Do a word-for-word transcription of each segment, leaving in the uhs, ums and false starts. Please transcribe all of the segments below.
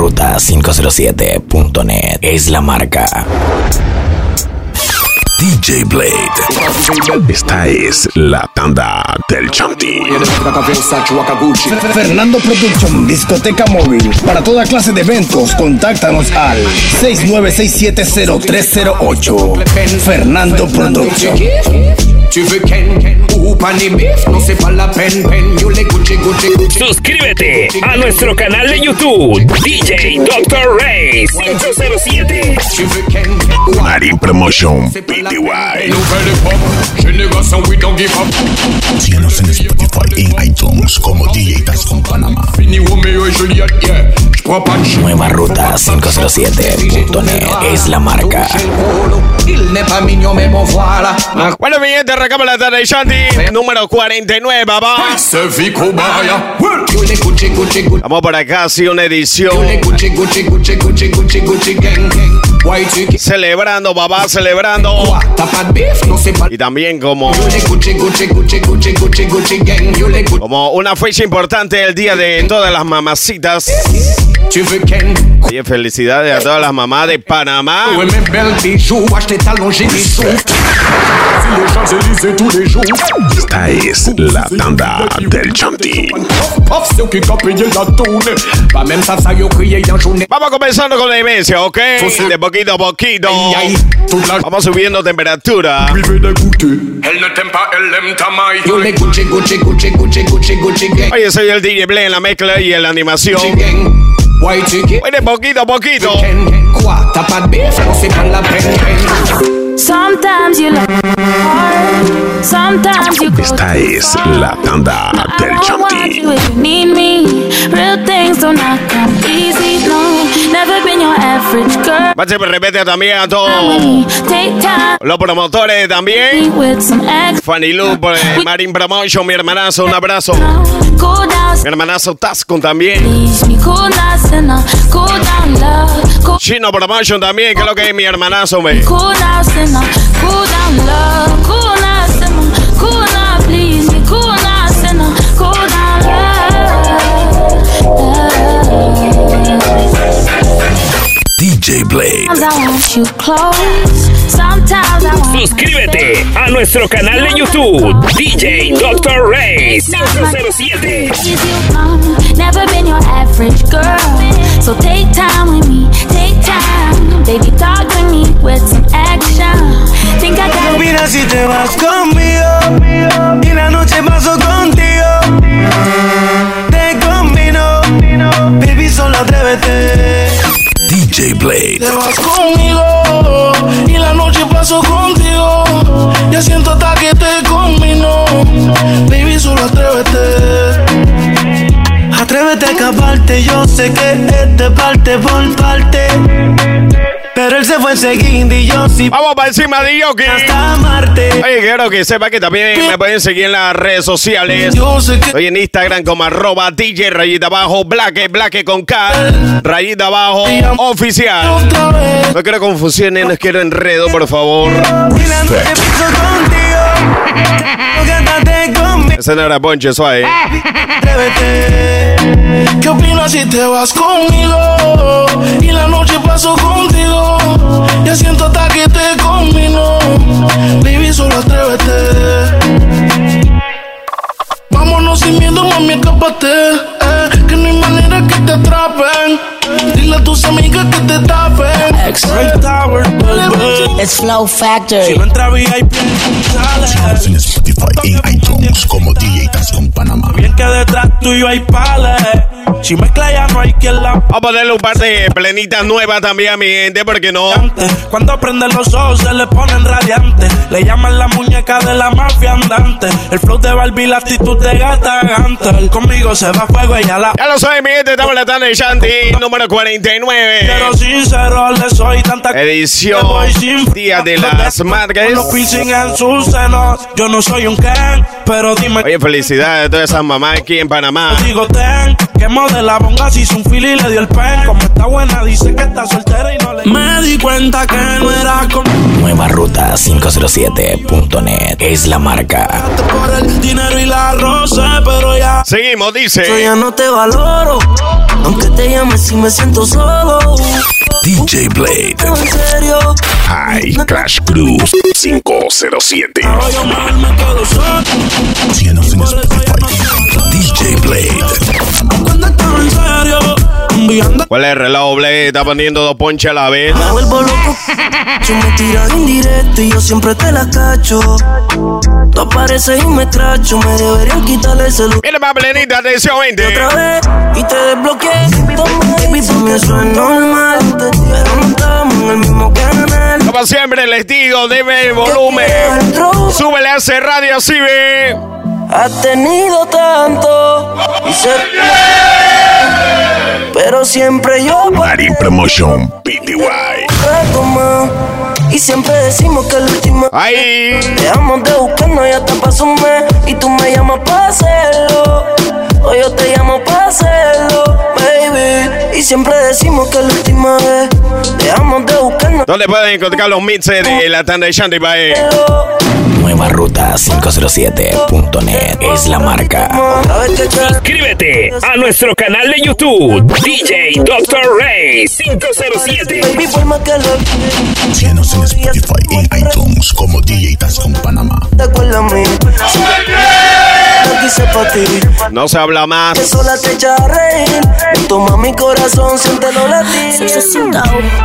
ruta cinco cero siete punto net es la marca. D J Blade. Esta es la tanda del Chanti. Fernando Production, discoteca móvil. Para toda clase de eventos, contáctanos al seis nueve seis siete cero tres cero ocho. Fernando Production. Suscríbete a nuestro canal de YouTube D J doctor Ray cinco cero siete. Marin Promotion P T Y. Síguenos en Spotify y en iTunes como D J Tascon Panamá. Nueva ruta cinco cero siete punto net es la marca. Bueno, mi gente, arrancamos la tarde de Shanti, número cuarenta y nueve, papá. Vamos por acá, sí, una edición. Celebrando, papá, celebrando. Y también como Como una fecha importante, el día de todas las mamacitas. Oye, felicidades a todas las mamás de Panamá. Esta es la tanda del Chanti. Vamos comenzando con la demencia, ¿ok? De poquito a poquito. Vamos subiendo temperatura. Oye, soy el D J Blade en la mezcla y en la animación. Oye, de poquito a poquito. Sometimes you look hard, sometimes you go. Esta es la tanda del Chanti. You need me, real things don't knock up easy, no. Never been your average girl. Vaya, me repete también a todos Take time los promotores también. with some ex. Fanny Lu, por eh, Marin Promotion, mi hermanazo, un abrazo. Cool down, Mi hermanazo Tascon también. please me cool down, sinner. Cool down, love. Cool, Chino Promotion también, que es lo que es mi hermanazo, me. cool down, sinner. Cool down, love. Cool down, sinner. Cool down, please me cool down, sinner. Cool down, D J Blade. Sometimes I want you close. Sometimes I want. Suscríbete a nuestro canal de YouTube D J doctor Ray cinco cero siete. Never been your average girl, so take time with me, take time, baby, talk to me with some action. Think I got. Mira si te vas conmigo y la noche paso contigo. Te combino, baby, solo atrévete. D J Blade. Te vas conmigo y la noche paso contigo. Ya siento hasta que te combino, baby, solo atrévete. Atrévete a escaparte, yo sé que es de parte por parte, pero él se fue enseguida y yo sí. Vamos para encima de Yoki. Hasta Marte. Oye, quiero que sepa que también me pueden seguir en las redes sociales. Yo sé que Estoy en Instagram como arroba D J rayita abajo, blaque, blaque con K, rayita abajo, oficial. otra vez. No quiero confusiones, no quiero enredo, por favor. Y la noche paso contigo. Quédate conmigo. Ese no era Ponche, suave. Atrévete. ¿Qué opinas si te vas conmigo y la noche paso contigo? Ya siento hasta que te combino, baby, solo atrévete. Vámonos sin miedo, mami, escápate, eh, que no hay manera que te atrapen. Dile a tus amigas que te tapen. X-Ray Tower, baby. It's Flow Factory. Si no entra V I P, Síguenos sale. en Spotify y en iTunes como D J Tascon Panamá. Bien que detrás tuyo hay pales. Si mezcla ya no hay quien la. Vamos a ponerle un par de plenitas nuevas también a mi gente, porque no. Cuando prenden los ojos se le ponen radiantes. Le llaman la muñeca de la mafia andante. El flow de Barbie, la actitud de gata gante. Conmigo se va a fuego, ella la. Ya lo saben, mi gente, estamos en la tarde de Shanti, número cuarenta y nueve. Pero sincero, le soy tanta. Edición Día de las Madres. Los piercing en sus senos. Yo no soy un Ken, pero dime. Oye, felicidades a todas esas mamás aquí en Panamá. Digo, ten, que modela bonga, si hizo un fili y le dio el pen. Como está buena, dice que está soltera y no le. Me di cuenta que no era con. Nueva ruta cinco cero siete punto net es la marca. Por el dinero y la rosa, pero ya. Seguimos, dice. Yo ya no te valoro, aunque te llames si me siento solo. D J Blade. En serio. High Crash Cruise cinco cero siete. Ahora mal me quedo solo. Síguenos en Spotify. D J Blade. Cuando estaba en serio. Enviando. ¿Cuál es el reloj, Blade? Está poniendo dos ponches a la vez. Me vuelvo loco. Tú me tiras indirecto y yo siempre te la cacho. Tú apareces y me escracho. Me deberían quitar el celular. Mira, papelita, atención, gente. Otra vez y te desbloqueé. Baby, para eso es normal. Pero no estamos en el mismo canal. Como siempre, les digo, debe el volumen. Súbele a ese radio, así ve. Has tenido tanto y se... Pero siempre yo Marín Promotion P T Y. retoma. Y siempre decimos que el último Ahí. dejamos de buscarnos y hasta pasó un mes. Y tú me llamas para hacerlo. O yo te llamo para hacerlo, baby. Y siempre decimos que la última vez dejamos de buscarnos. ¿Dónde pueden encontrar los mixes de la tanda de Shanty Bae? Nueva Ruta cinco cero siete punto net es la marca. Suscríbete a nuestro canal de YouTube, D J doctor Ray cinco cero siete. Baby, por más que lo Síguenos en Spotify y iTunes como D J Tascon Panamá. te acuerdas a mí. Lo quise pa' ti. No se habla más. Que sola te echa a reír. Toma mi corazón, siéntelo latir. Esto es un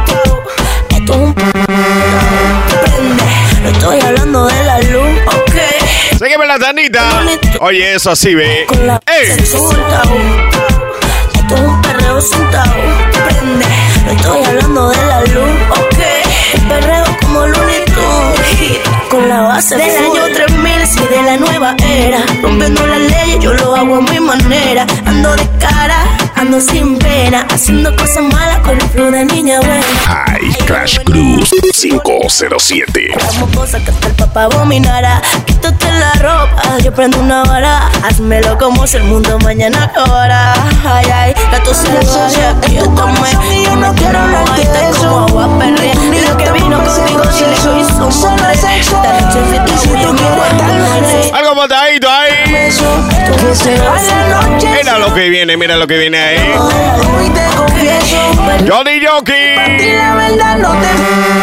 prende. No estoy hablando de la luz, ok. Sígueme la tandita. Oye, eso así ve. Con la ¡Ey! sexo soltado. Esto es un perreo sentado. Prende. No estoy hablando de la luz, ok. El perreo como Looney Tunes. Con la base del año tres mil, sí, de la nueva era. Rompiendo las leyes, yo lo hago a mi manera. Ando de cara, ando sin pena. Haciendo cosas malas con el flow de niña buena. High Crash Cruise cinco cero siete. Hagamos cosas que hasta el papá abominará. Quítate la ropa, yo prendo una vara. Házmelo como si el mundo mañana acabara. Ay, ay, la tos se la sucia que yo tomé. Yo no quiero hablar de eso. Como agua perrea. Lo que vino contigo, si le soy su hombre. Esta noche si tú quieres Algo botadito ahí. que se vaya la noche. Mira lo que viene, mira lo que viene ahí. Hoy te confieso. Johnny Jockey. Y la verdad no te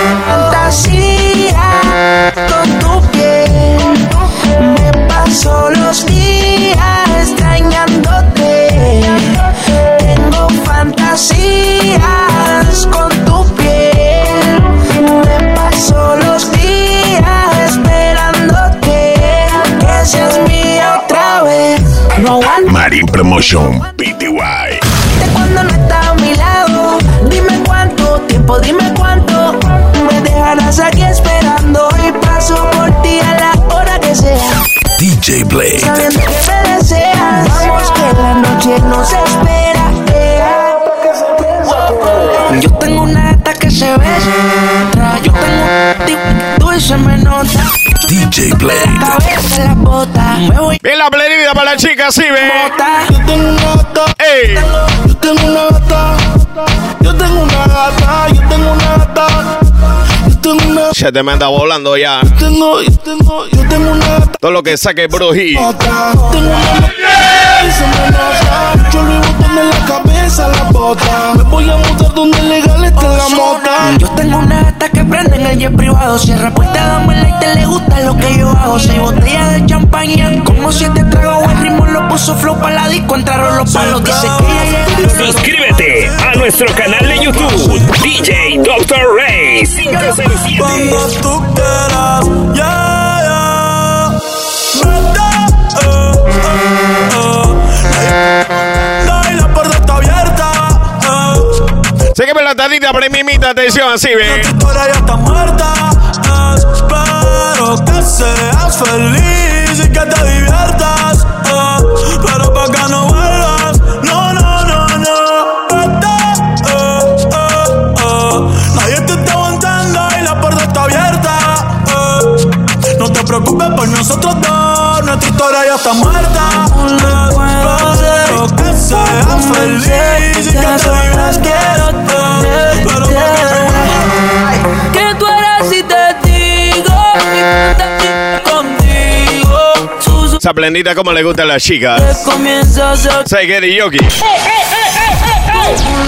fantasía con tu piel. Me paso los días extrañándote. Tengo fantasías con tu piel. Me paso los días esperándote. Que seas mía otra vez. No aguanto Marín Promotion P T Y. de cuando no estás a mi lado. Dime cuánto tiempo, dime cuánto me dejarás aquí esperando y paso por ti a la hora que sea. D J Blade. Sabiendo que me deseas, vamos que la noche nos espera. Yo tengo una gata que se besa. Yo tengo un tipo dulce me nota. D J Blade. Cabeza la bota. Me voy Bien la plenida para la chica, sí ve. bota. Yo tengo una gata. ¡Ey! Yo tengo una gata. Yo tengo una gata. Yo tengo una gata. Yo tengo una Se te me anda volando ya. Tengo, yo tengo, yo tengo una gata. Todo lo que saque Brují. Tengo una y se me nota. Yo le boto en la cabeza la bota. Me voy a mudar donde legal está la mota. Yo tengo una gata que prende en el jet privado. Cierra puerta, dame el light, le gusta lo que yo hago. Seis botellas de champaña, como siete tragos. El ritmo lo puso flow para la disco. Entraron los palos, dice que ella llega. Suscríbete a nuestro canal de YouTube, D J doctor Ray cinco cero siete. Cuando tú quieras, yeah, yeah. Vete, eh, eh, eh. No, y la puerta está abierta, eh. Sígueme la tandita para mimita, atención, así La ve. historia ya está muerta, eh. Espero que seas feliz y que te diviertas, eh. Pero pa' que no vuelvas, no, no, no, no. Vete, eh, eh, eh. Nadie te está aguantando y la puerta está abierta, eh. No te preocupes por nosotros dos, nuestra historia ya está muerta. Espero que seas feliz y que te diviertas, eh. Pero pa' que Que tú eres si te digo que contigo. Sus Esa plenita como le gusta a la chica. comienza a ser Say Getty Yoki.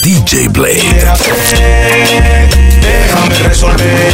D J Blade. Déjame resolver.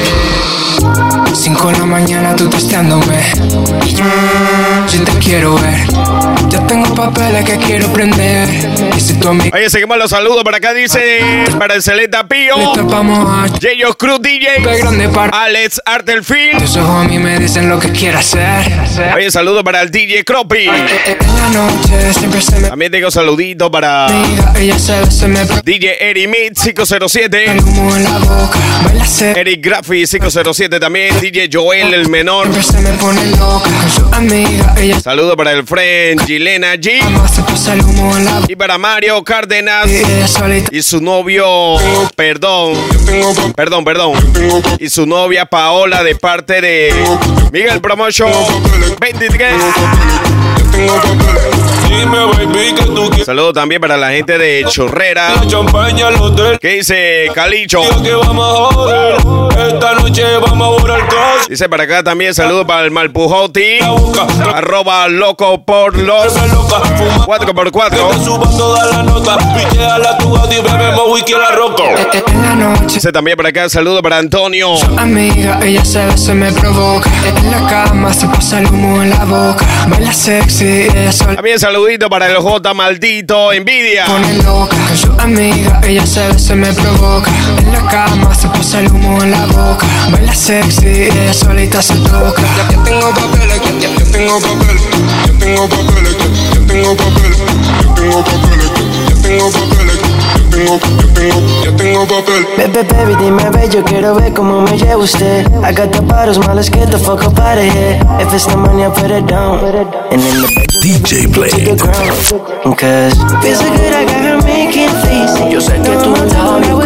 Cinco de la mañana tú testeándome y yo, yo te quiero ver. Yo tengo papeles que quiero prender. Y si tu amigo Oye, seguimos los saludos. Por acá dice para el Celeta Pío, Yeyos Cruz D J, Alex Artelfield. tus ojos a mí me dicen lo que quiero hacer. Oye, saludos para el D J Croppy. En la noche siempre se me También tengo saludito para pega, ella se, se me D J Eric Meat cinco cero siete, el humo en la boca. Baila se Eric Graffi cinco cero siete también, D J Joel el menor. siempre se me pone loca con su amiga. Ella Saludos para el friend Gilena G. jamás se pasa el humo en la boca. Y para Mario Cárdenas Y ella solita y su novio, perdón, perdón, perdón, y su novia Paola de parte de Miguel Promotion veintitrés. Tengo papeles. Dime, baby, que tú quieres. Saludos también para la gente de Chorrera. Champaña al hotel. ¿Qué dice Calicho? Que vamos a joder. Esta noche vamos a borrar cosas. Dice para acá también saludos para el Malpujoti. Arroba loco por los cuatro por cuatro. Suban toda la nota. Pichea la tuya y bebemos whisky a la roca. en la noche. Dice también para acá saludos para Antonio. Amiga, ella se ve, se me provoca. En la cama se pasa el humo en la boca. Baila sexy, ella sola También saludito para el J Maldito Envidia. pone loca. Con su amiga, ella se ve, se me provoca. En la cama se pasa el humo en la boca. Baila sexy, ella solita se toca. Yo tengo papeles, yo, yo, yo tengo papeles. Yo tengo papeles, yo, yo tengo papeles. Yo tengo papeles, yo, yo tengo papeles. Yo tengo, yo tengo, yo tengo papel. Baby, baby, dime, ve, yo quiero ver cómo me lleva usted. I got the bottles, malas que the fuck up out of here. If it's the money, I put it down. And in the bedroom, D J Blade. cause feels so good, I got her making faces. Yo sé que tú estás conmigo,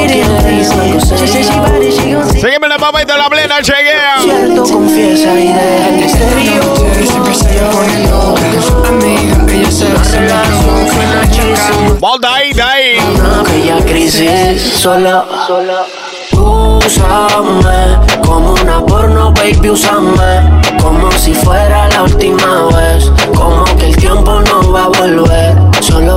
she said she body, she gon' see. Sígueme la papá y te la plena, chequea. Cierto, confiesa y deja que se río. Siempre se me pone loca. Con su amiga, ella se ve, se me provoca. En la cama. Volta ahí, de ahí. Aquella crisis sola, sola. Úsame como una porno, baby, úsame como si fuera la última vez. Como que el tiempo no va a volver. Solo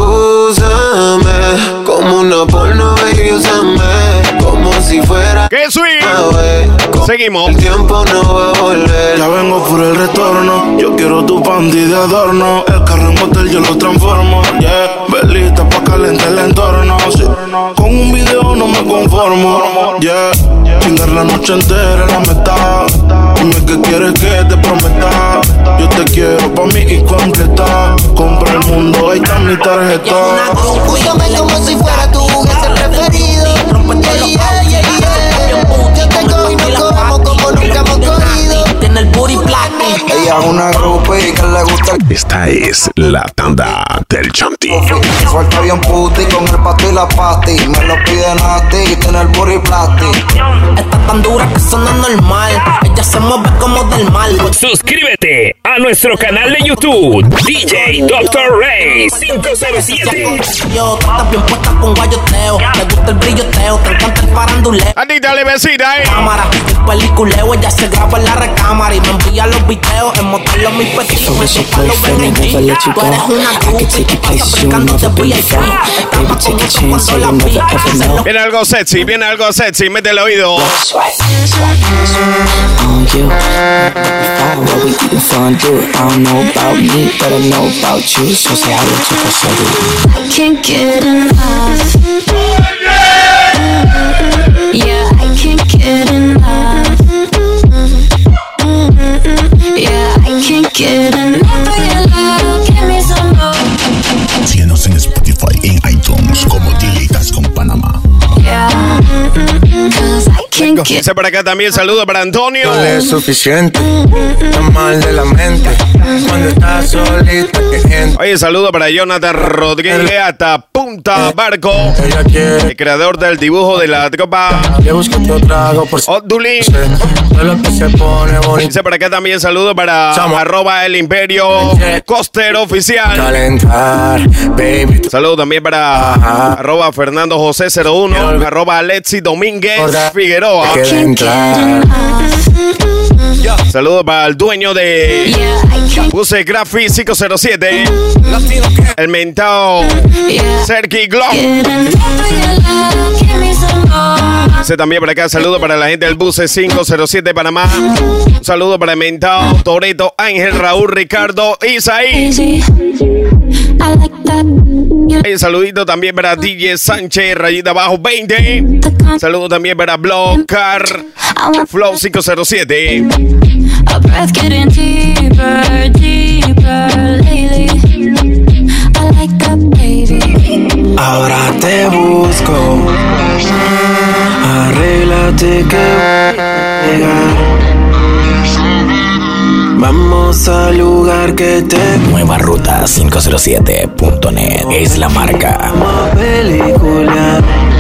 Úsame como una porno, baby, úsame como si fuera ¡Qué sweet! una vez. Seguimos. El tiempo no va a volver. Ya vengo por el retorno. Yo quiero tu panty de adorno. El carro en motel yo lo transformo. Yeah, velita pa' calentar el entorno. Sí. Con un video no me conformo. Yeah, chingar la noche entera en la meta. Dime qué quieres que te prometa. Yo te quiero pa' mí y completa. Compra el mundo, ahí está mi tarjeta. Cuídame como si fuera tu juguete preferido. Yeah, yeah, yeah, yeah. Yo te cojo y nos cogemos como nunca hemos cogido. Tiene el booty black. Ella es una groupie que le gusta el Esta es la tanda del Chanti. suelta bien puti con el pato y la pasti. Me lo piden a ti y tiene el booty plastic. Está tan dura que eso no es normal. Ella se mueve como del mal. Suscríbete a nuestro canal de YouTube, D J doctor Ray cinco cero siete. Yo, tú estás bien puesta con guayoteo. Te gusta el brilloteo, te encanta el faranduleo. Anita, le besita, eh. Cámara, el peliculeo, ella se graba en la recámara y me envía los videos en mostrarlo mis petitos. Me toca los ven en G. Tú eres una groupie, pasa brincándote V I P. Estaba con eso cuando la vi. Se lo Viene algo sexy, viene algo sexy, mete el oído. on you. Fine while we eating fondue. I don't know about me, but I know about you. So say hello to the city. Can't get enough. Yeah, I can't get enough. Yeah, I can't get enough of your love. Give me some more. Síguenos en Spotify, en iTunes, como D J Tascon Panamá. Yeah, cause I can't get. Dice por acá también saludo para Antonio. No le es suficiente. Está mal de la mente. Cuando estás solita que entra. Oye, saludo para Jonathan Rodríguez hasta Punta Barco, Ella quiere el creador del dibujo de la tropa le busco otro trago por si Oduli. todo lo que se pone bonito. Dice por acá también saludo para Chamo. arroba el imperio Coster oficial. Calentar, baby. Saludo también para Ajá. arroba Fernando José cero uno, arroba Alexi Domínguez Otra. Figueroa. Queda entrar. Saludos para el dueño de Puse Graphic cinco cero siete, el mentado Sergi Glow. Dice también por acá, saludos para la gente del Buse cinco cero siete Panamá. Un saludo para el mentado Toreto, Ángel, Raúl, Ricardo, Isaí. Un saludito también para D J Sánchez, rayita abajo veinte. Saludo también para Blog Car Flow cinco cero siete. Ahora te busco, arréglate que voy a llegar. Vamos al lugar que te... Nueva Ruta quinientos siete punto net es la marca. Película.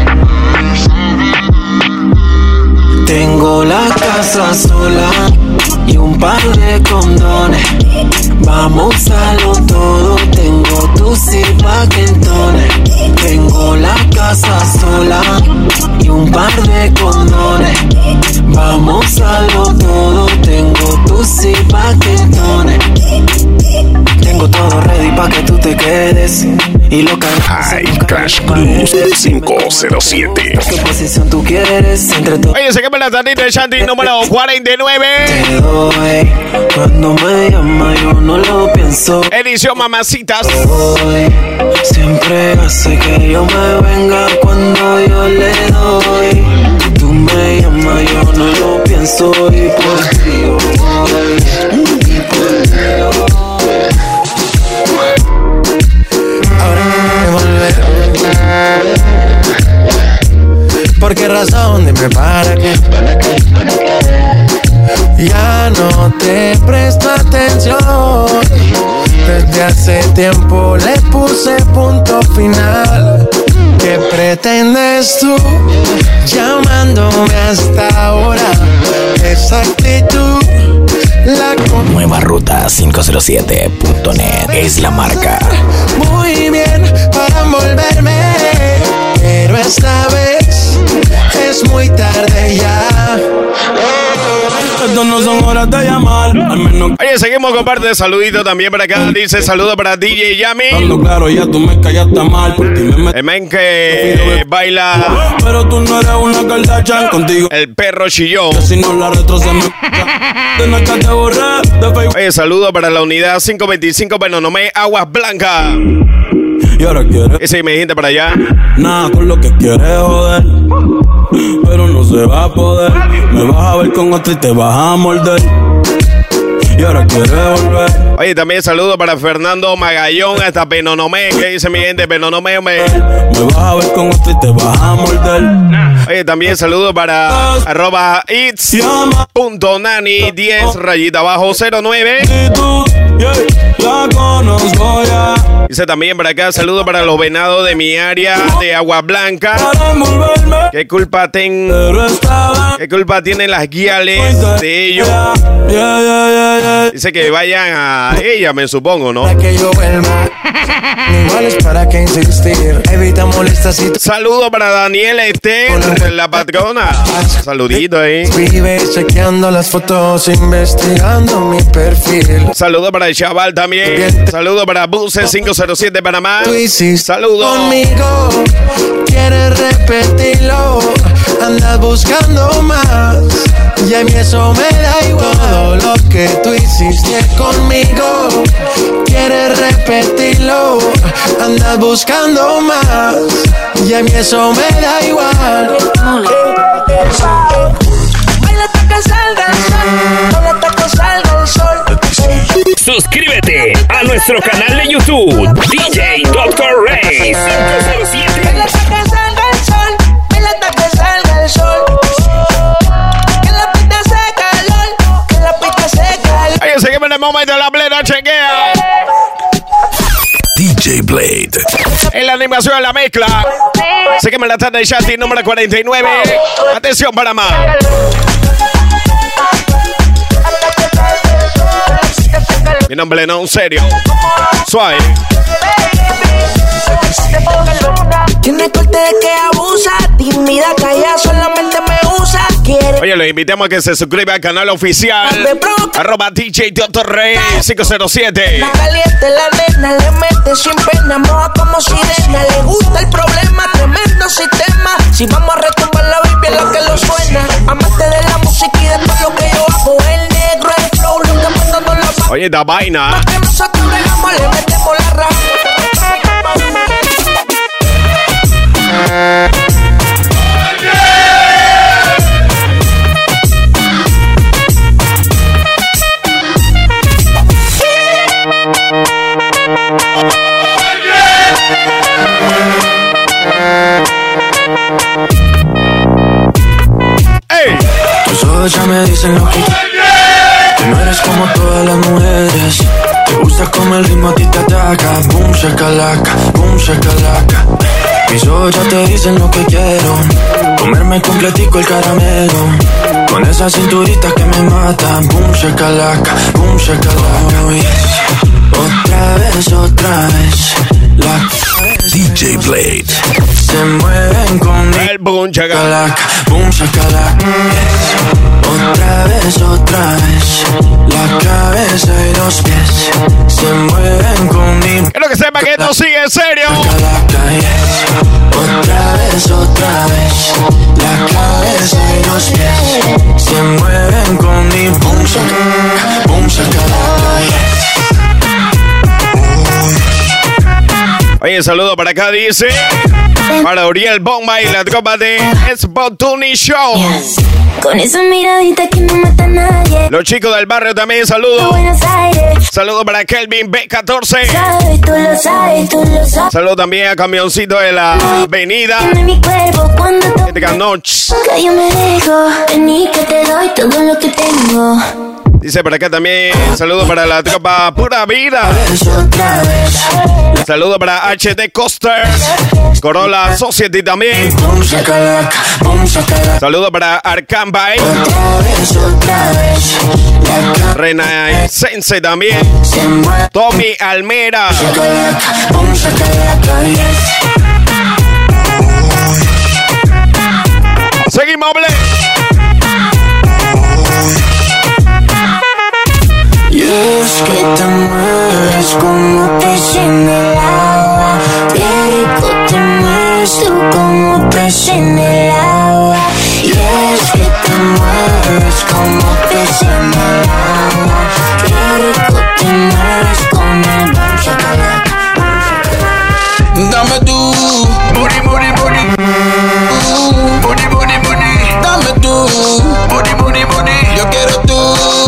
Tengo la casa sola y un par de condones. Vamos a lo todo. Tengo tu paquetones. Tengo la casa sola y un par de condones. Vamos a lo todo. Tengo tu paquetones. Tengo todo ready pa' que tú te quedes. Y lo que High Class Cruise cinco cero siete. ¿Qué posición tú quieres? Entre todos. Oye, se quema la tardita de Shanti número cuarenta y nueve. Te doy. Cuando me llama yo no lo pienso. Edición Mamacitas. Doy. Siempre hace que yo me venga cuando yo le doy. Tú me llamas, yo no lo pienso. Y por ti yo voy. Y por ti yo voy. Ahora me volver. ¿Por qué razón? Dime para qué. Ya no te presto atención. Desde hace tiempo le puse punto final. ¿Qué pretendes tú llamándome hasta ahora? Esa actitud la con... Nueva Ruta quinientos siete punto net es la marca. Muy bien para envolverme, pero esta vez es muy tarde ya. Estas no son horas de llamar. Al menos... Oye, seguimos con parte de saludito también para acá. Dice saludo para D J Yami. Claro, ya tú me callaste mal. Por ti me el men que baila. Pero tú no eres una Kardashian contigo. El perro chilló. Si no la retro se me... Oye, saludo para la unidad cinco veinticinco Penonomé, Aguas Blancas. Y ahora quieres. Ese me gente para allá. Nada con lo que quieres joder. Pero no se va a poder. Me vas a ver con otro y te vas a morder. Y ahora quieres volver. Oye, también saludo para Fernando Magallón hasta Penonomé. ¿Qué dice mi gente? Penonomé, me... me vas a ver con otro y te vas a morder. Oye, también saludo para arroba its punto nani diez rayita abajo cero nueve. La conozco ya. Dice también para acá, saludo para los venados de mi área de Agua Blanca. ¿Qué culpa ten? ¿Qué culpa tienen las guiales de ellos? Dice que vayan a ella, me supongo, ¿no? Saludo para Daniela Esther, la patrona. Saludito ahí. Chequeando las fotos, investigando mi perfil. Saludo para el chaval también. Saludo para Buse cinco cero siete Panamá. Saludo. Conmigo quieres repetirlo. Andas buscando más. Y a mí eso me da igual. Todo lo que tú hiciste conmigo. Quieres repetirlo. Andas buscando más. Y a mí eso me da igual. Baila hasta que salga el sol. Baila hasta que salga el sol. Suscríbete a nuestro canal de YouTube, D J doctor Ray cinco cero siete. Baila hasta que salga el sol. Baila hasta que salga el sol. Que la pista se calor. Que la pista se calor. Oye, seguimos en el momento de la plena chequea. D J Blade. En la animación de la mezcla. Seguimos en la tarde de Shanti número cuarenta y nueve. Atención, Panamá. Mi nombre no, en serio. Suave. Tiene corte de que abusa, tímida, calla, solamente me usa. Quiere quiere. Oye, le invitamos a que se suscriba al canal oficial arroba D J Doctor Rey cinco cero siete. La caliente la nena, le mete sin pena, moja como sirena. Le gusta el problema, tremendo sistema. Si vamos a retumbar la baby es lo que lo suena. Amante de la música y de todo lo que yo hago. El negro, el flow, lo que mandando la bajo. Oye, esta vaina. Que nosotros regamos, le metemos la raja. ¡Ey! Tus ojos ya me dicen lo que que no eres como todas las mujeres. Te gusta como el ritmo a ti te ataca. Boom, shakalaka, boom, shakalaka. Mis ojos ya te dicen lo que quiero. Comerme completico el caramelo. Con esa cinturita que me mata. Boom, shakalaka, boom, shakalaka. Oh, yes. Otra vez, otra vez. La D J Blade. se mueven conmigo. El boom, shakalaka, boom, shakalaka. Yes. Otra vez, otra vez. La cabeza y los pies se mueven conmigo. Quiero que sepa que esto sigue en serio. Shakalaka, yes. Otra vez, otra vez. La cabeza y los pies se mueven conmigo. Boom, shakalaka, boom, shakalaka, yes. Oye, saludo para acá, dice para Uriel Bomba y la tropa de Spotuni Show. Yes. Con esa miradita que no mata a nadie. Los chicos del barrio también, saludos. Buenos Aires. Saludos para Kelvin B catorce. Sabes, tú lo sabes, tú lo sabes. Saludos también a Camioncito de la Avenida. Mi cuerpo cuando tú de Canoch. que yo me dejo. Vení que te doy todo lo que tengo. Dice por acá también, saludos para la tropa Pura Vida. Saludos para H D Coaster, Corolla Society también. Saludos para Arkham Bay, Renaissance también. Tommy Almera. Seguimos, ble. Y es que te mueves como pez en el agua. Qué rico te mueves tú como pez en el agua. Y es que te mueves como pez en el agua. Qué rico te mueves con el boom shakalaka. Dame tú, booty, booty, booty. Booty, booty, booty. Dame tú, booty, booty, booty. Yo quiero tú.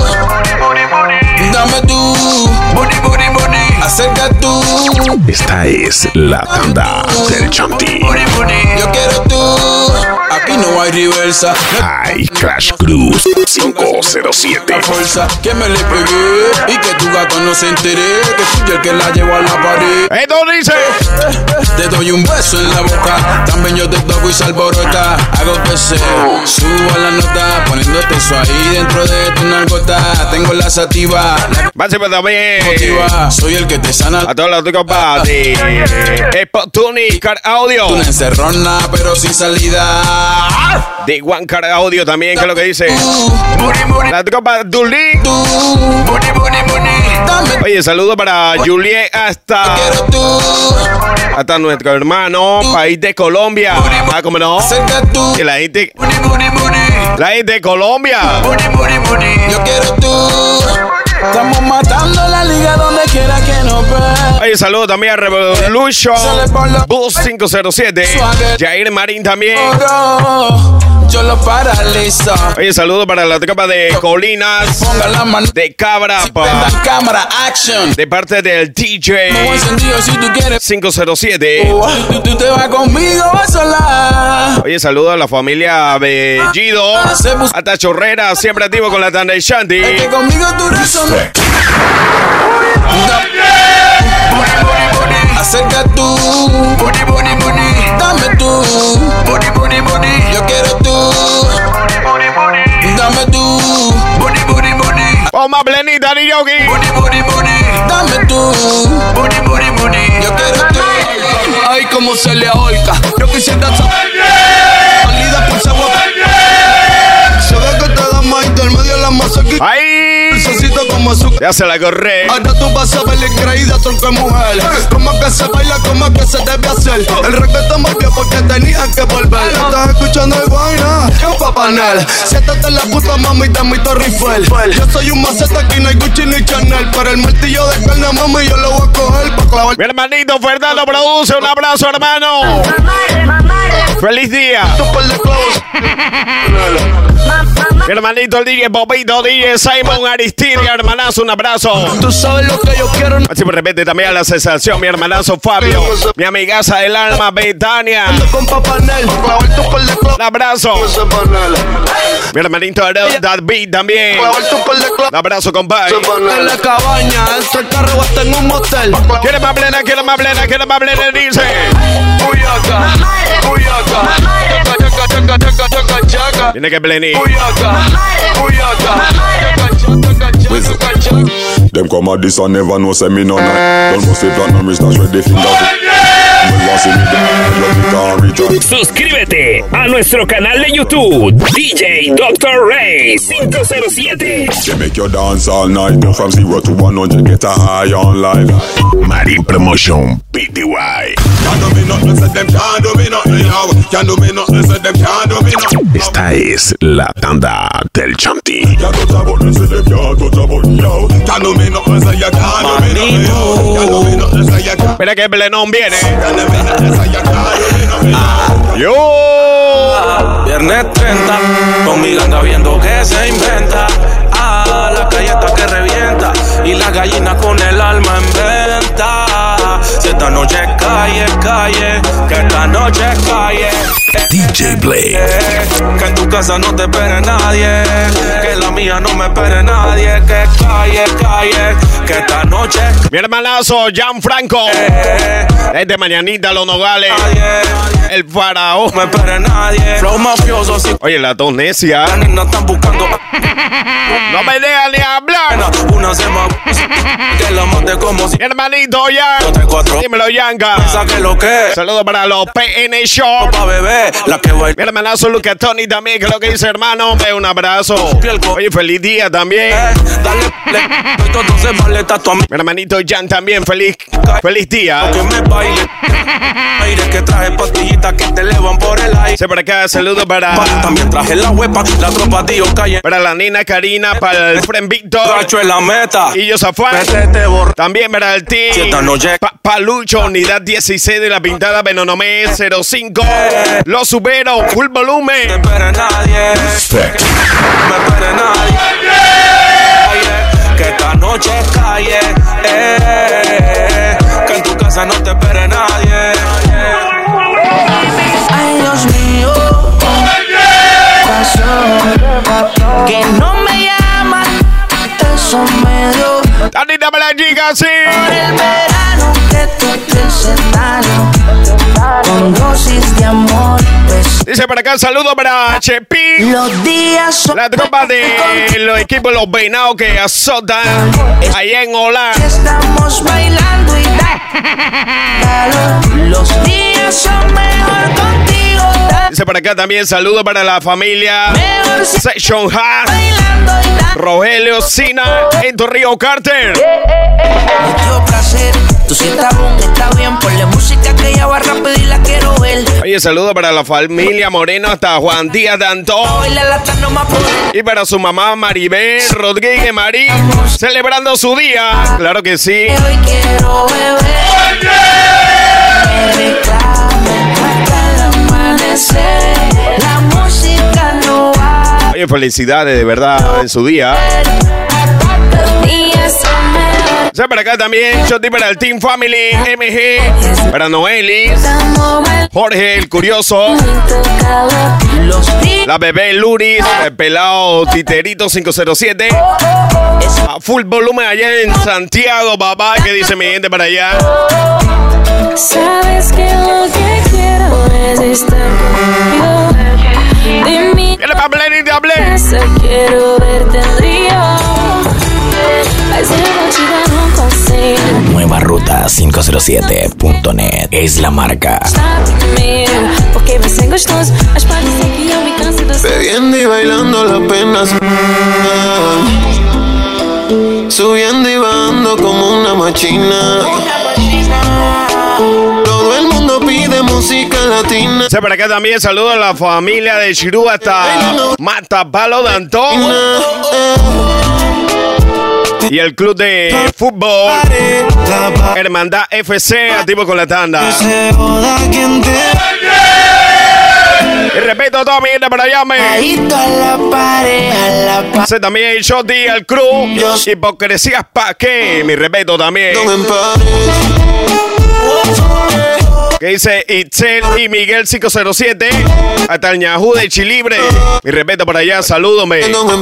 Dame tú, booty, booty, booty. Acerca tú. Esta es la tanda del Chanti. Yo quiero tú. Aquí no hay reversa. Hay Crash Cruz cinco cero siete. La fuerza que me le pegué y que tu gato no se entere que fui yo el que la llevo a la pared. Esto dice. Te doy un beso en la boca, también yo te toco y salborota. Hago deseo, subo la nota, poniéndote eso ahí dentro de tu narcota. Tengo la sativa, la también. Motiva. Soy el que te sana. A todos los tropas de Spotuni Car Audio. Una encerrona pero sin salida. De One Car Audio también, que es lo que dice la tropa Duli. Oye, saludo para Juliet hasta hasta nuestro hermano país de Colombia. Ah, ¿cómo no? Que la gente la gente de Colombia. Yo quiero tú. Estamos matando la liga donde quiera que nos vean. Oye, saludo también a Revolution Bus cinco cero siete. Jair Marín también. Yo lo paralizo. Oye, saludo para la tropa de Colinas, de Cabra, cámara, action. de parte del D J cinco cero siete. Tú, tú te vas conmigo a sola. Oye, saludo a la familia Bellido, hasta Chorrera, siempre activo con la tanda de Shanti. Es que conmigo tu razón. Acerca tú, dame tú, yo quiero tú, dame tú, oh, más blenita ni yogi, dame tú, yo quiero tú. Ay, cómo se le ahorca, yo quisiera saber, salida por sabor. So vas a quitar. Ahí. Dulcecito como azúcar. Ya se la corré. Ahora tú vas a ver la increíble tronco de mujer. Como que se baila, como que se debe hacer. El reggaetón volvió porque tenían que volver. Estás escuchando el vaina, en Papanel. Siéntate en la puta mami de mi Torre Eiffel. Yo soy un maceta, aquí no hay Gucci ni Chanel. Pero el martillo de carne, mami, yo lo voy a coger pa' clavar. Mi hermanito Fernando produce. Un abrazo, hermano. Feliz día. Mi hermanito el D J Bobito, D J Simon Aristidia, hermanazo, un abrazo. Tú sabes lo que yo quiero. Así por repente también a la sensación, mi hermanazo Fabio, mi amigaza del alma Betania. Con Papanel, un abrazo. Mi hermanito David también. Un abrazo, compadre. En la cabaña, dentro del carro hasta en un motel. ¿Quiere más plena? ¿Quiere más plena? ¿Quiere más plena? Dice. Uyaca, uyaca, chaca, chaca, chaca, chaca, chaca. Tiene que plenir. Uyaca, uyaca, chaca, chaca. Them come at this and never know say me no night. Don't must say platinum wrist that's where they finger. Suscríbete a nuestro canal de YouTube D J doctor Ray cinco cero siete. They make your dance all night. From zero to one hundred, get a high on life. Marine Promotion P T Y. Esta es la tanda del Chanti. Espera que Blenón viene. Yo. Viernes treinta, conmigo anda viendo que se inventa. Ah, la calle está que revienta y la gallina con el alma en venta. Si esta noche es calle, calle, que esta noche es calle. D J Blade. Que en tu casa no te espere nadie, que en la mía no me espere nadie. Que calle, calle, que esta noche. Mi hermanazo Gianfranco. Desde mañanita Los Nogales. El faraón. No me espere nadie. Flow mafioso. Si oye, la tonesia. Las niñas están buscando. No me dejan ni hablar. Una semana que la mate como si. Mi hermanito ya. Dímelo, Yanka. Lo que. Saludos para los P N Show. Pa' bebé, la que baila. Mi hermanazo Luca Tony también, que es lo que dice, hermano. Un abrazo. Oye, feliz día también. Eh, dale, entonces vale a mi hermanito Jan también, feliz, feliz día. Que me baile. Aire que traje pastillitas que te elevan por el aire. Se por acá, saludos para. También traje la huepa, la tropa tío calle. Para la nena Karina, para el friend Víctor. Tracho en la meta. Y yo Zafán. También para el team. Si esta noche. Pa Palucho, unidad dieciséis de la pintada Benonomé cero cinco. Eh. Los supero, full volumen. No me espere nadie. Respect. No me espere nadie. Que esta noche es calle. Eh. Que en tu casa no te espere nadie. Ay, Dios mío. Pasó. Que no me llaman. Eso me dio. Anita me la chica, sí. Por el verano que tú te haces daño. Con dosis de amor. Pues, dice para acá, saludo para Chepi. los días son. La tropa de los equipos Los Peinados que azotan allá en Hola. Estamos bailando y da. Los días son mejor contigo. Da. Dice para acá también, saludo para la familia Section Hard. Rogelio Sina en Torrijos Carter. Mucho placer. Tú si estás bon, está bien. Por la música que ella va rápido y la quiero ver. Oye, saludo para la familia Moreno hasta Juan Díaz de Antón. Y para su mamá Maribel Rodríguez Marín, celebrando su día. Claro que sí. Hoy quiero beber. Me reclamo hasta el amanecer. La música no va. Oye, felicidades de verdad en su día. O sea, para acá también, shoti para el Team Family, M G, para Noeli, Jorge el Curioso, la bebé Luris, el pelado Titerito cinco cero siete, a full volumen allá en Santiago, papá, que dice mi gente para allá. Sabes que lo que quiero es estar contigo. De mí ¿Qué le va a hablar y te hablé? quiero verte en Río. Nueva Ruta cinco cero siete punto net es la marca. Porque vai ser gostoso, mas pode ser que eu me canse do seu. Subiendo y bailando las penas. Subiendo y bajando como una machina. Todo el mundo pide música latina. Sí, por acá también saludo a la familia de Chirú hasta Matapalo de Antón. Y el club de fútbol Hermandad F C, activo con la tanda. Y repito, toda mi gente para allá, me. Hace también el Shotty, el crew. Hipocresías pa' qué. Mi respeto también. Que dice Itzel y Miguel cinco cero siete. Hasta el Ñajú de Chilibre. Mi respeto para allá, salúdome.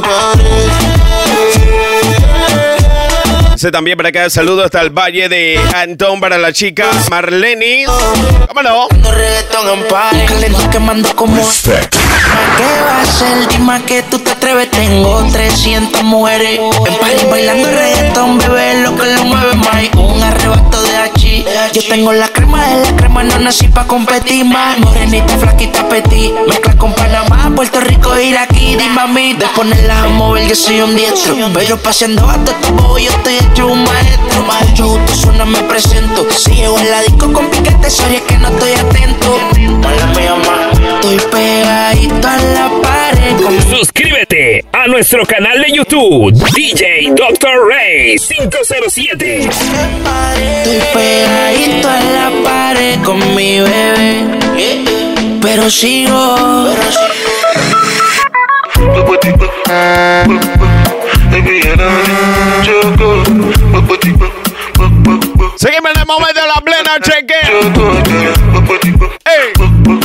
Dice también para acá el saludo hasta el Valle de Antón para la chica Marlene. ¿Cómo no? Perfecto. ¿Qué va a ser? Dime que tú te atreves. Tengo trescientas mujeres en París bailando reggaetón, bebé, lo que lo mueve más. Un arrebato de hachi. Yo tengo la crema de la crema, no nací pa' competir más. Morenita, flaquita, petit. Mezcla con Panamá, Puerto Rico, ir aquí. Dime a mí, de ponerla a mover, yo soy un diestro. Pero paseando hasta tu bobo, yo estoy hecho un maestro. Mucho gusto, suena, me presento. Si llego en la disco con piquete, sorry, es que no estoy atento. Mala mía, ma. Estoy pegadito a la pared. Suscríbete a nuestro canal de YouTube, D J doctor Ray cinco cero siete. Estoy pegadito a la pared con mi bebé, pero sigo. Sígueme en el momento de la plena, cheque. Hey.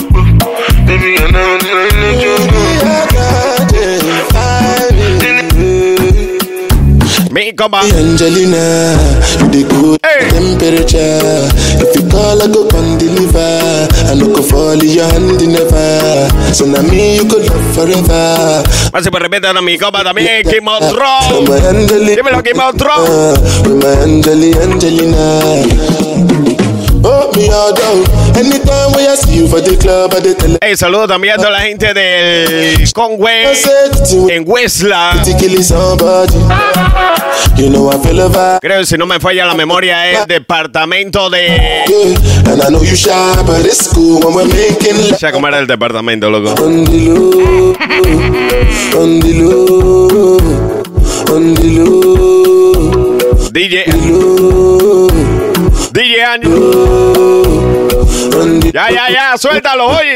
Mi compa Angelina, you the good hey. Temperature. If you call, I go come deliver. I no go fall in your hand never. So now me you could love forever. Así pues repite a mi compa también, Kim Otro. Dímelo, Kim Otro. With my Angeli, Angelina. Oh, me all down. Anytime when I see you for the club, I tell. Hey, saludo también a toda la gente del Conway en Westland. You know I feel a vibe. Creo que si no me falla la memoria es departamento de. And I know you shy, but it's cool when we're making. Ya cómo era el departamento, loco. On the low, on the low, on the low. D J. D J Año. Ya, ya, ya, suéltalo, oye.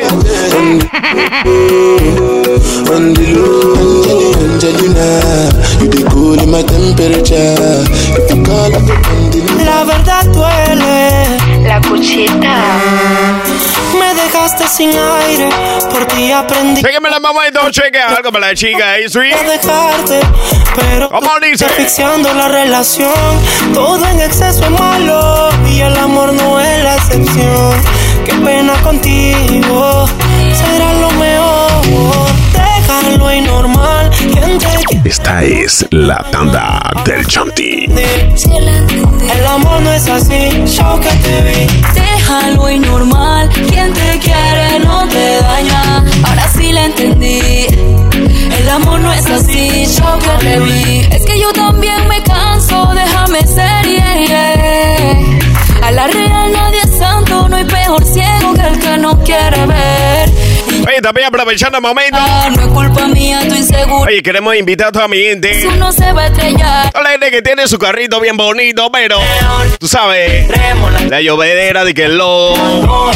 La verdad duele. La cuchita. Me dejaste sin aire. Por ti aprendí. Sígueme la mamá y todo, cheque algo para la chica ahí, sweet. Dejarte, pero ¿cómo dice? Asfixiando la relación. Todo en exceso es malo. Y el amor no es la excepción. Qué pena contigo. Será lo mejor. Dejarlo y normal. Esta es la tanda del Chanti. El amor no es así. Yo que te vi. Déjalo y normal. Quien te quiere no te daña. Ahora sí la entendí. El amor no es así. Yo que te vi. Es que yo también me canso. Déjame ser, yeah, yeah. A la real nadie es santo. No hay peor ciego que el que no quiere ver. Oye, también aprovechando el momento. Ah, no es culpa mía, tu inseguro. Oye, queremos invitar a toda mi gente. Eso no se va a estrellar. Toda la gente que tiene su carrito bien bonito, pero tú sabes, la llovedera de que el lodo.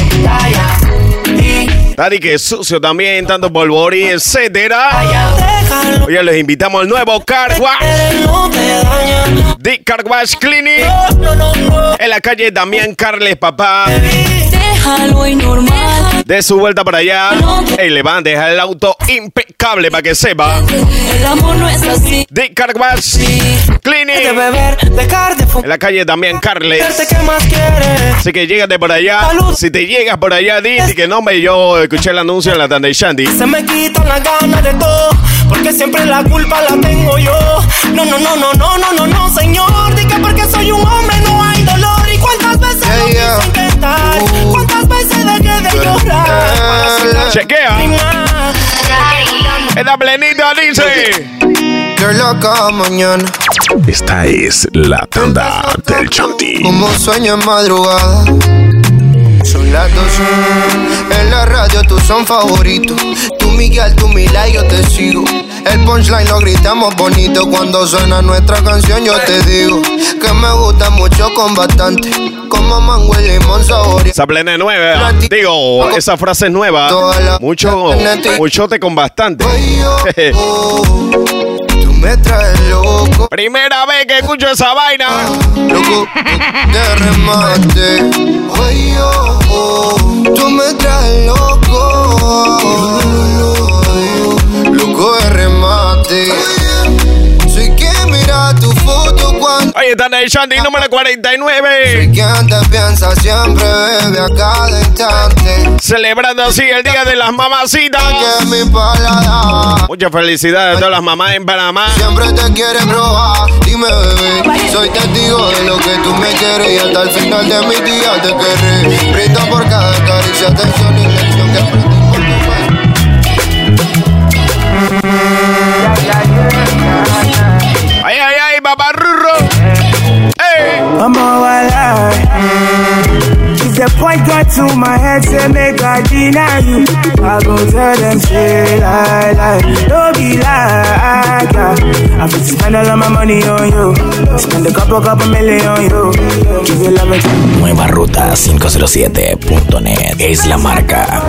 Está de que es sucio también, tanto polvorí, etcétera. Oye, les invitamos al nuevo Car Wash. The Car Wash Clinic. En la calle Damián Carles, papá. Déjalo y normal. De su vuelta para allá. Ey, le van a dejar el auto impecable para que sepa. El amor no es así. The Car Wash Clinic. En la calle Damián Carles. Así que llégate por allá. Si te llegas por allá, di que no me yo escuché el anuncio en la tanda de Shandy. Se me quitan las ganas de todo, porque siempre la culpa la tengo yo. No, no, no, no, no, no, no, no, señor. Di que porque soy un hombre no hay dolor. ¿Y cuántas veces yeah, lo yeah. quise intentar? ¿Cuántas veces dejé de llorar? Chequea. Esta plenita dice. Yo loca mañana. Esta es la tanda del Chanti. Como sueño en madrugada. Son las doce. En la radio tú son favoritos. Tú Miguel, tú Mila y yo te sigo. El punchline lo gritamos bonito. Cuando suena nuestra canción yo te digo que me gusta mucho con bastante. Como mango y limón saboreado. Esa plena nueva. Digo, esa frase es nueva. Mucho, muchote con bastante. Tú me traes loco. Primera vez que escucho esa vaina. Loco, de remate. Ay, oh, oh. Tú me traes loco. Loco de remate. Soy quien mira tu foto cuando. Ahí está en el Chanti número cuarenta y nueve. Soy quien te piensa siempre, bebe, a cada instante. Celebrando así el Día de las Mamacitas. Que mi paladar. Muchas felicidades a todas las mamás en Panamá. Siempre te quiere probar. Dime, bebé, soy testigo de lo que tú me quieres. Y hasta el final de mi día te querré. Brindo por cada caricia, atención y lección que aprendí por tu mano. Ay, ay, ay, babarrurro. Hey. I'm all alive. If the point got to my head, say make I deny you. I go tell them, say lie, lie. Don't be like, yeah. I fit spend all of my money on you. Spend a couple, couple million on you. Give you love it. Nueva Ruta cinco cero siete punto net es la marca.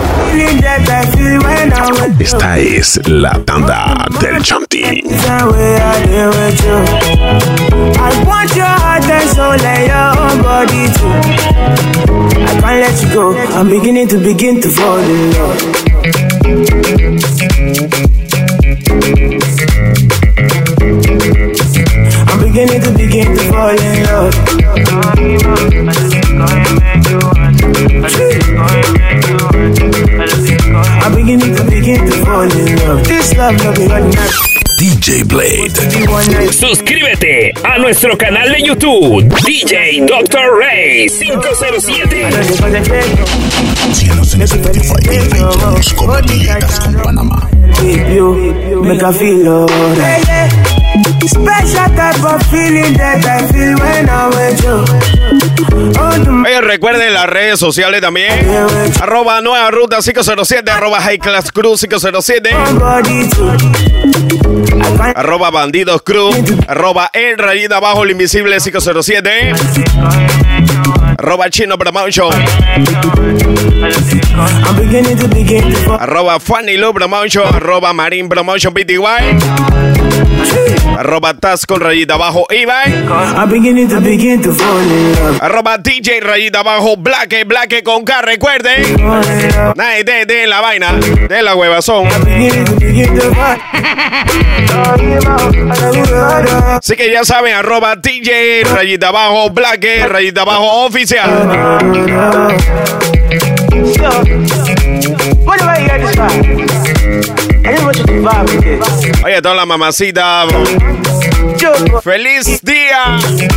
Esta es la tanda del Chanti. I want your heart and soul and your own body too. I can't let you go. I'm beginning to begin to fall in love. I'm beginning to begin to fall in love. I'm beginning to begin to fall in love. This love, love is running out. D J Blade. Suscríbete a nuestro canal de YouTube, D J doctor Ray cinco cero siete. Síguenos en Spotify y iTunes como Llegas con Panamá. Make I feel alright. Special type of feeling that I feel when I'm with you. Oye, recuerden las redes sociales también. Arroba Nueva Ruta cinco cero siete, arroba High Class Cruz cinco cero siete, arroba Bandidos Cruz, arroba El Rayita Abajo El Invisible cinco cero siete, arroba Chino Promotion, arroba Funny Lou Promotion, arroba Marine Promotion P T Y, arroba Taz con rayita abajo Ibai, arroba D J rayita abajo Black Black con K. Recuerden, nadie de, de la vaina, de la huevazón. Así que ya saben, arroba D J rayita abajo Black rayita abajo oficial. Oye, toda la mamacita, feliz día.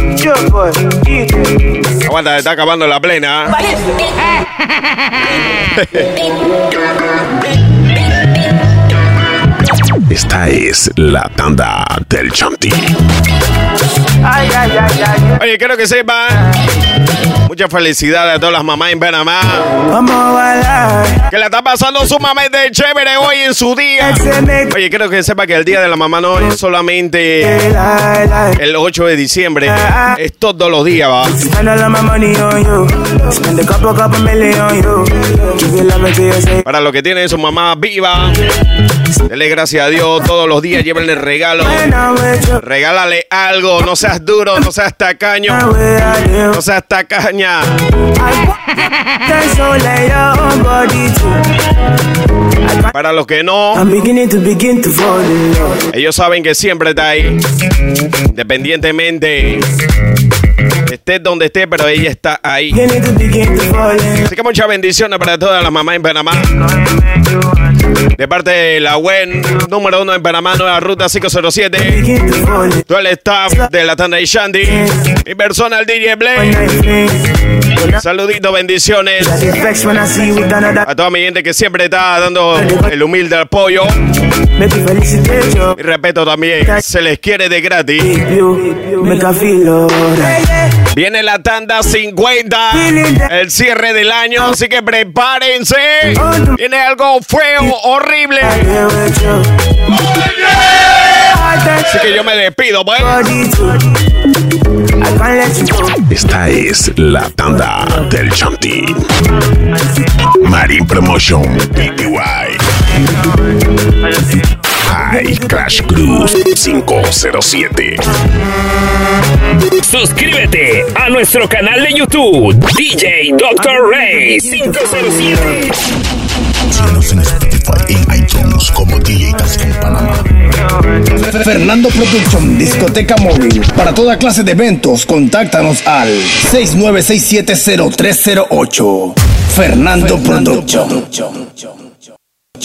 Aguanta, está acabando la plena. Esta es la tanda del Chanti. Oye, quiero que sepan, muchas felicidades a todas las mamás en Panamá. Que la está pasando sumamente chévere hoy en su día. Oye, quiero que sepa que el Día de la Mamá no es solamente el ocho de diciembre, es todos los días, va. Para los que tienen su mamá viva, dele gracias a Dios todos los días, llévenle regalo. Regálale algo, no seas duro, no seas tacaño, no seas tacaña. Para los que no, ellos saben que siempre está ahí, independientemente estés donde esté, pero ella está ahí. Así que muchas bendiciones para todas las mamás en Panamá. De parte de la W E N, número uno en Panamá, Nueva Ruta cinco cero siete. Todo el staff de la Tanda y Shandy. Mi persona, el D J Blake. Saluditos, bendiciones a toda mi gente que siempre está dando el humilde apoyo. Y respeto también, se les quiere de gratis. Viene la tanda cincuenta, el cierre del año, así que prepárense. Viene algo feo, horrible. Así que yo me despido, pues. Esta es la tanda del Chanti. Marine Promotion P T Y. High Class Cruz cinco cero siete. Suscríbete a nuestro canal de YouTube D J doctor Ray cinco cero siete. Síguenos en Spotify, en iTunes como D J Tascam Panamá. Fernando Production, discoteca móvil. Para toda clase de eventos, contáctanos al seis nueve seis siete cero tres cero ocho. Fernando Production.